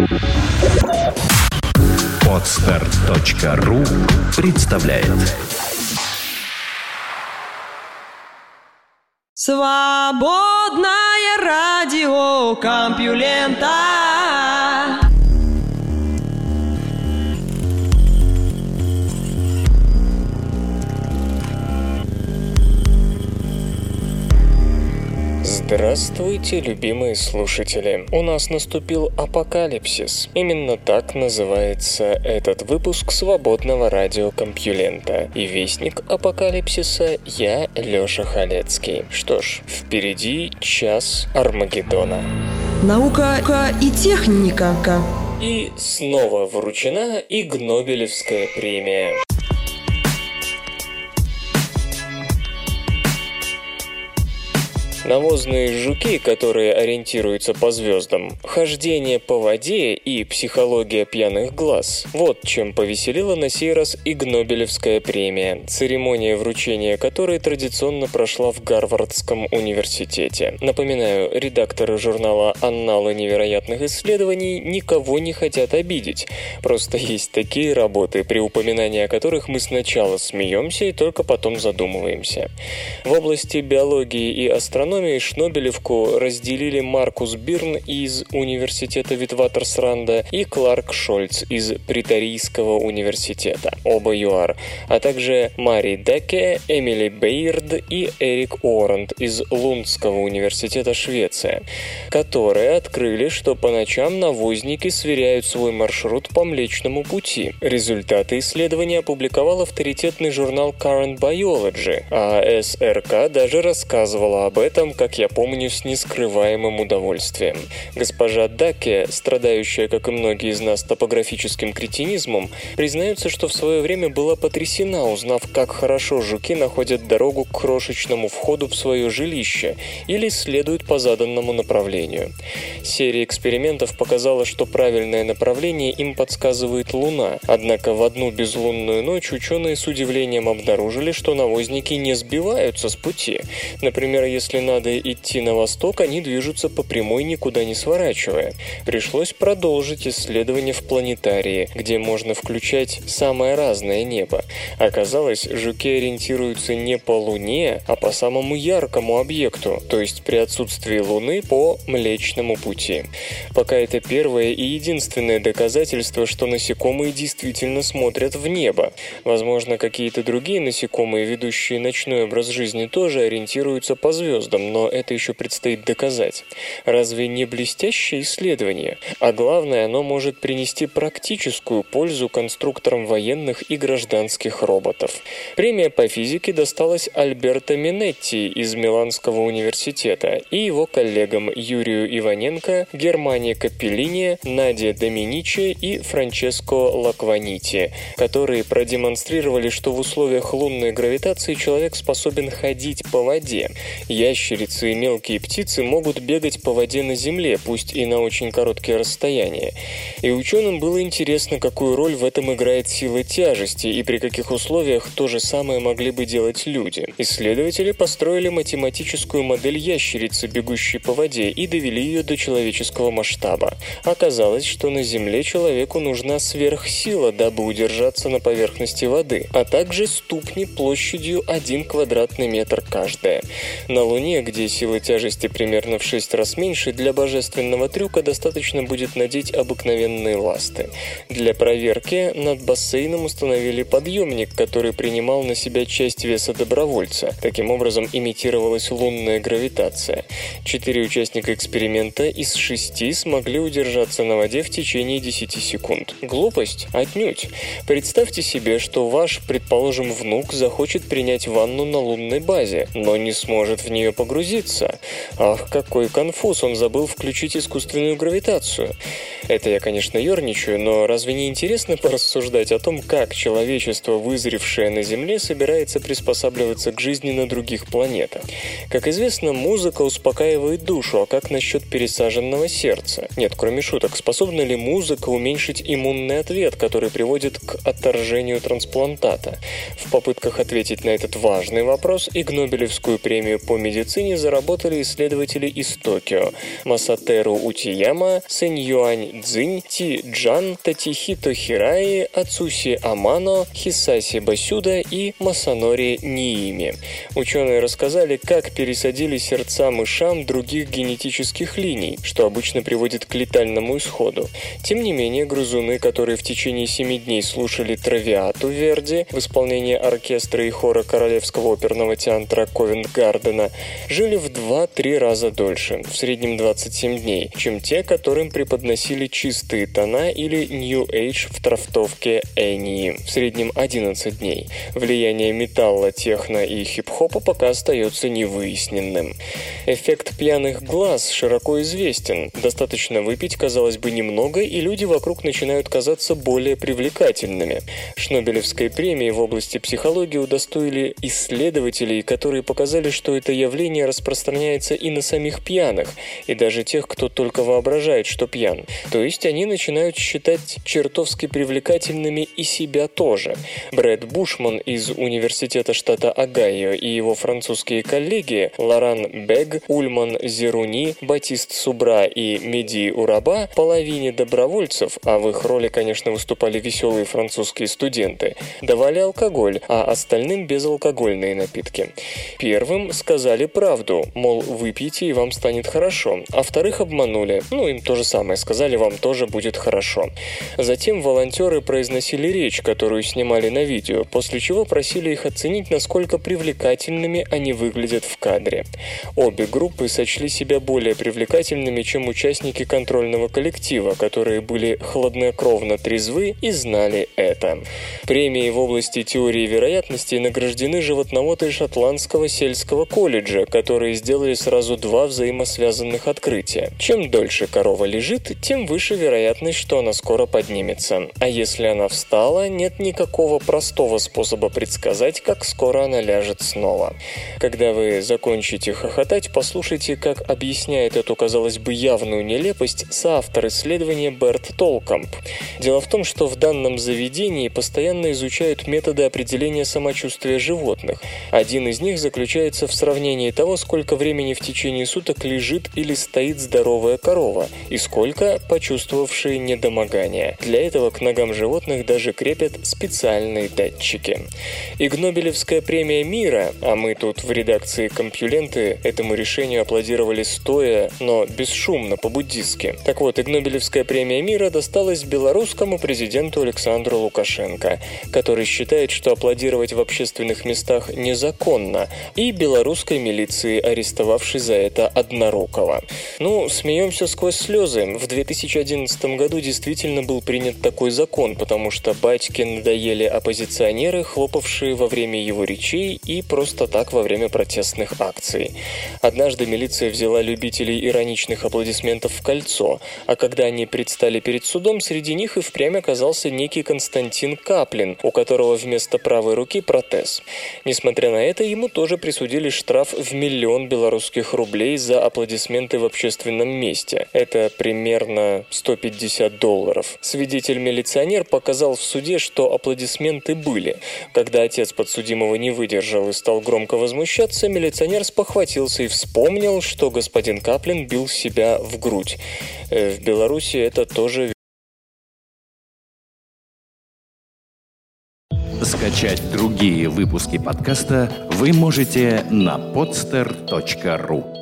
Podster.ru представляет. Свободное радио Компьюлента. Здравствуйте, любимые слушатели! У нас наступил апокалипсис. Именно так называется этот выпуск свободного радио Компьюлента. И вестник апокалипсиса я, Лёша Халецкий. Что ж, впереди час Армагеддона. Наука и техника. И снова вручена Игнобелевская премия. Навозные жуки, которые ориентируются по звездам, хождение по воде и психология пьяных глаз. Вот чем повеселила на сей раз Игнобелевская премия, церемония вручения которой традиционно прошла в Гарвардском университете. Напоминаю, редакторы журнала «Анналы невероятных исследований» никого не хотят обидеть. Просто есть такие работы, при упоминании о которых мы сначала смеемся и только потом задумываемся. В области биологии и астрономии Шнобелевку разделили Маркус Бирн из университета Витватерсранда и Кларк Шольц из Преторийского университета, оба ЮАР, а также Мари Даке, Эмили Бейерд и Эрик Оранд из Лундского университета, Швеция, которые открыли, что по ночам навозники сверяют свой маршрут по Млечному Пути. Результаты исследования опубликовал авторитетный журнал Current Biology, а СРК даже рассказывала об этом, как я помню, с нескрываемым удовольствием. Госпожа Даке, страдающая, как и многие из нас, топографическим кретинизмом, признается, что в свое время была потрясена, узнав, как хорошо жуки находят дорогу к крошечному входу в свое жилище или следуют по заданному направлению. Серия экспериментов показала, что правильное направление им подсказывает Луна, однако в одну безлунную ночь ученые с удивлением обнаружили, что навозники не сбиваются с пути. Например, если надо идти на восток, они движутся по прямой, никуда не сворачивая. Пришлось продолжить исследование в планетарии, где можно включать самое разное небо. Оказалось, жуки ориентируются не по Луне, а по самому яркому объекту, то есть при отсутствии Луны по Млечному Пути. Пока это первое и единственное доказательство, что насекомые действительно смотрят в небо. Возможно, какие-то другие насекомые, ведущие ночной образ жизни, тоже ориентируются по звездам, но это еще предстоит доказать. Разве не блестящее исследование? А главное, оно может принести практическую пользу конструкторам военных и гражданских роботов. Премия по физике досталась Альберто Минетти из Миланского университета и его коллегам Юрию Иваненко, Германе Капеллини, Наде Доминичи и Франческо Лакванити, которые продемонстрировали, что в условиях лунной гравитации человек способен ходить по воде. Ящерицы и мелкие птицы могут бегать по воде на Земле, пусть и на очень короткие расстояния. И ученым было интересно, какую роль в этом играет сила тяжести и при каких условиях то же самое могли бы делать люди. Исследователи построили математическую модель ящерицы, бегущей по воде, и довели ее до человеческого масштаба. Оказалось, что на Земле человеку нужна сверхсила, дабы удержаться на поверхности воды, а также ступни площадью 1 квадратный метр каждая. На Луне, где сила тяжести примерно в 6 раз меньше, для божественного трюка достаточно будет надеть обыкновенные ласты. Для проверки над бассейном установили подъемник, который принимал на себя часть веса добровольца. Таким образом имитировалась лунная гравитация. 4 участника эксперимента из 6 смогли удержаться на воде в течение 10 секунд. Глупость? Отнюдь. Представьте себе, что ваш, предположим, внук захочет принять ванну на лунной базе, но не сможет в нее погрузиться. Ах, какой конфуз, он забыл включить искусственную гравитацию. Это я, конечно, ерничаю, но разве не интересно порассуждать о том, как человечество, вызревшее на Земле, собирается приспосабливаться к жизни на других планетах? Как известно, музыка успокаивает душу, а как насчет пересаженного сердца? Нет, кроме шуток, способна ли музыка уменьшить иммунный ответ, который приводит к отторжению трансплантата? В попытках ответить на этот важный вопрос Игнобелевскую премию по медицине заработали исследователи из Токио Масатеру Утияма, Сэньюань Цзинь, Ти Джан, Татихито Хираи, Ацуси Амано, Хисаси Басюда и Масанори Ниими. Ученые рассказали, как пересадили сердца мышам других генетических линий, что обычно приводит к летальному исходу. Тем не менее, грызуны, которые в течение 7 дней слушали Травиату Верди в исполнении оркестра и хора Королевского оперного театра Ковент-Гардена, жили в 2-3 раза дольше, в среднем 27 дней, чем те, которым преподносили чистые тона или New Age в трактовке Энии, в среднем 11 дней. Влияние металла, техно и хип-хопа пока остается невыясненным. Эффект пьяных глаз широко известен. Достаточно выпить, казалось бы, немного, и люди вокруг начинают казаться более привлекательными. Шнобелевской премии в области психологии удостоили исследователей, которые показали, что это явление распространяется и на самих пьяных, и даже тех, кто только воображает, что пьян. То есть они начинают считать чертовски привлекательными и себя тоже. Брэд Бушман из университета штата Огайо и его французские коллеги Лоран Бег, Ульман Зеруни, Батист Субра и Меди Ураба половине добровольцев, а в их роли, конечно, выступали веселые французские студенты, давали алкоголь, а остальным безалкогольные напитки. Первым сказали правду, мол, выпейте и вам станет хорошо, а вторых обманули, им то же самое сказали, вам тоже будет хорошо. Затем волонтеры произносили речь, которую снимали на видео, после чего просили их оценить, насколько привлекательными они выглядят в кадре. Обе группы сочли себя более привлекательными, чем участники контрольного коллектива, которые были хладнокровно трезвы и знали это. Премии в области теории вероятностей награждены животноводы Шотландского сельского колледжа, которые сделали сразу 2 взаимосвязанных открытия. Чем дольше корова лежит, тем выше вероятность, что она скоро поднимется. А если она встала, нет никакого простого способа предсказать, как скоро она ляжет снова. Когда вы закончите хохотать, послушайте, как объясняет эту, казалось бы, явную нелепость соавтор исследования Берт Толкамп. Дело в том, что в данном заведении постоянно изучают методы определения самочувствия животных. Один из них заключается в сравнении того, сколько времени в течение суток лежит или стоит здоровая корова, и сколько почувствовавшие недомогание. Для этого к ногам животных даже крепят специальные датчики. Игнобелевская премия мира, а мы тут в редакции «Компьюленты» этому решению аплодировали стоя, но бесшумно, по-буддистски. Так вот, Игнобелевская премия мира досталась белорусскому президенту Александру Лукашенко, который считает, что аплодировать в общественных местах незаконно, и белорусской милиции, арестовавшей за это Однорукого. Смеемся сквозь слезы. В 2011 году действительно был принят такой закон, потому что батьке надоели оппозиционеры, хлопавшие во время его речей и просто так во время протестных акций. Однажды милиция взяла любителей ироничных аплодисментов в кольцо, а когда они предстали перед судом, среди них и впрямь оказался некий Константин Каплин, у которого вместо правой руки протез. Несмотря на это, ему тоже присудили штраф в 1 000 000 белорусских рублей за аплодисменты в общественном месте. Это примерно $150. Свидетель-милиционер показал в суде, что аплодисменты были. Когда отец подсудимого не выдержал и стал громко возмущаться, милиционер спохватился и вспомнил, что господин Каплин бил себя в грудь. В Беларуси это тоже... Скачать другие выпуски подкаста вы можете на podster.ru.